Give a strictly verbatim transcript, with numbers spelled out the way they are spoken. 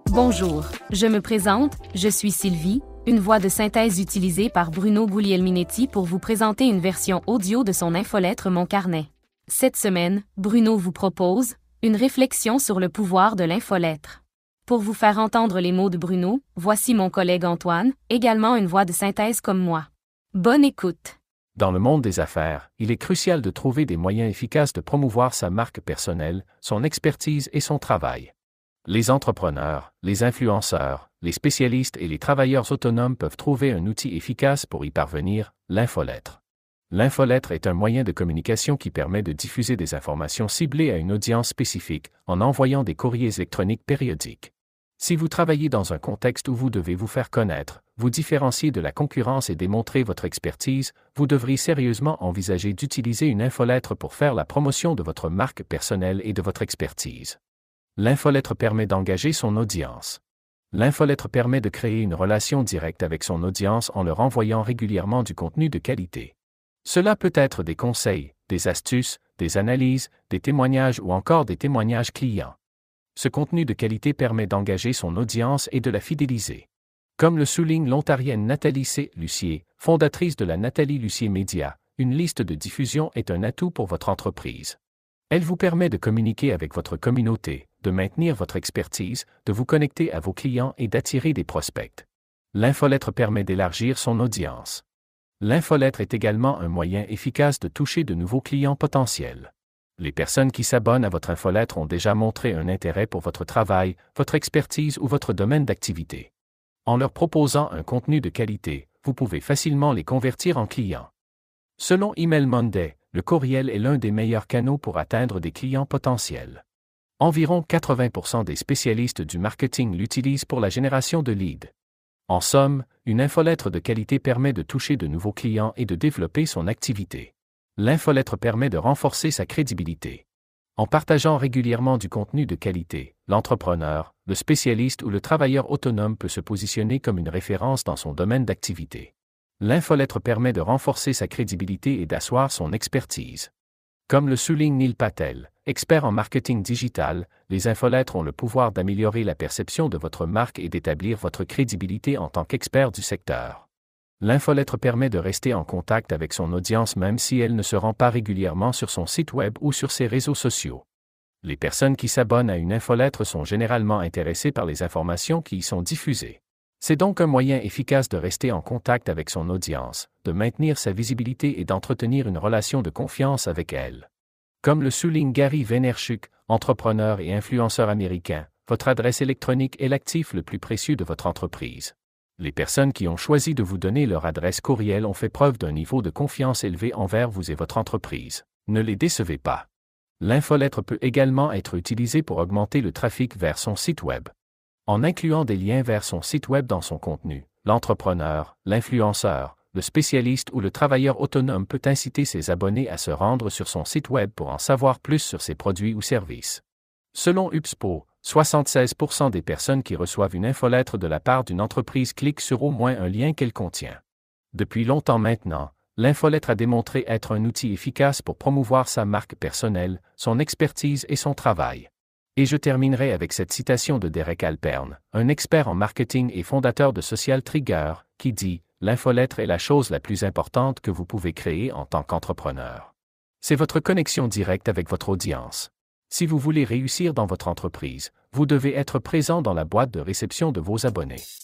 Bonjour, je me présente, je suis Sylvie, une voix de synthèse utilisée par Bruno Guglielminetti pour vous présenter une version audio de son infolettre Mon Carnet. Cette semaine, Bruno vous propose une réflexion sur le pouvoir de l'infolettre. Pour vous faire entendre les mots de Bruno, voici mon collègue Antoine, également une voix de synthèse comme moi. Bonne écoute. Dans le monde des affaires, il est crucial de trouver des moyens efficaces de promouvoir sa marque personnelle, son expertise et son travail. Les entrepreneurs, les influenceurs, les spécialistes et les travailleurs autonomes peuvent trouver un outil efficace pour y parvenir, l'infolettre. L'infolettre est un moyen de communication qui permet de diffuser des informations ciblées à une audience spécifique en envoyant des courriers électroniques périodiques. Si vous travaillez dans un contexte où vous devez vous faire connaître, vous différencier de la concurrence et démontrer votre expertise, vous devriez sérieusement envisager d'utiliser une infolettre pour faire la promotion de votre marque personnelle et de votre expertise. L'infolettre permet d'engager son audience. L'infolettre permet de créer une relation directe avec son audience en leur envoyant régulièrement du contenu de qualité. Cela peut être des conseils, des astuces, des analyses, des témoignages ou encore des témoignages clients. Ce contenu de qualité permet d'engager son audience et de la fidéliser. Comme le souligne l'Ontarienne Nathalie C. Lucier, fondatrice de la Nathalie Lucier Média, une liste de diffusion est un atout pour votre entreprise. Elle vous permet de communiquer avec votre communauté, de maintenir votre expertise, de vous connecter à vos clients et d'attirer des prospects. L'infolettre permet d'élargir son audience. L'infolettre est également un moyen efficace de toucher de nouveaux clients potentiels. Les personnes qui s'abonnent à votre infolettre ont déjà montré un intérêt pour votre travail, votre expertise ou votre domaine d'activité. En leur proposant un contenu de qualité, vous pouvez facilement les convertir en clients. Selon Email Monday, le courriel est l'un des meilleurs canaux pour atteindre des clients potentiels. Environ quatre-vingts pour cent des spécialistes du marketing l'utilisent pour la génération de leads. En somme, une infolettre de qualité permet de toucher de nouveaux clients et de développer son activité. L'infolettre permet de renforcer sa crédibilité. En partageant régulièrement du contenu de qualité, l'entrepreneur, le spécialiste ou le travailleur autonome peut se positionner comme une référence dans son domaine d'activité. L'infolettre permet de renforcer sa crédibilité et d'asseoir son expertise. Comme le souligne Neil Patel, expert en marketing digital, les infolettres ont le pouvoir d'améliorer la perception de votre marque et d'établir votre crédibilité en tant qu'expert du secteur. L'infolettre permet de rester en contact avec son audience même si elle ne se rend pas régulièrement sur son site web ou sur ses réseaux sociaux. Les personnes qui s'abonnent à une infolettre sont généralement intéressées par les informations qui y sont diffusées. C'est donc un moyen efficace de rester en contact avec son audience, de maintenir sa visibilité et d'entretenir une relation de confiance avec elle. Comme le souligne Gary Vaynerchuk, entrepreneur et influenceur américain, votre adresse électronique est l'actif le plus précieux de votre entreprise. Les personnes qui ont choisi de vous donner leur adresse courriel ont fait preuve d'un niveau de confiance élevé envers vous et votre entreprise. Ne les décevez pas. L'infolettre peut également être utilisée pour augmenter le trafic vers son site web. En incluant des liens vers son site web dans son contenu, l'entrepreneur, l'influenceur, le spécialiste ou le travailleur autonome peut inciter ses abonnés à se rendre sur son site web pour en savoir plus sur ses produits ou services. Selon HubSpot, soixante-seize pour cent des personnes qui reçoivent une infolettre de la part d'une entreprise cliquent sur au moins un lien qu'elle contient. Depuis longtemps maintenant, l'infolettre a démontré être un outil efficace pour promouvoir sa marque personnelle, son expertise et son travail. Et je terminerai avec cette citation de Derek Alpern, un expert en marketing et fondateur de Social Trigger, qui dit « L'infolettre est la chose la plus importante que vous pouvez créer en tant qu'entrepreneur. C'est votre connexion directe avec votre audience. Si vous voulez réussir dans votre entreprise, vous devez être présent dans la boîte de réception de vos abonnés. »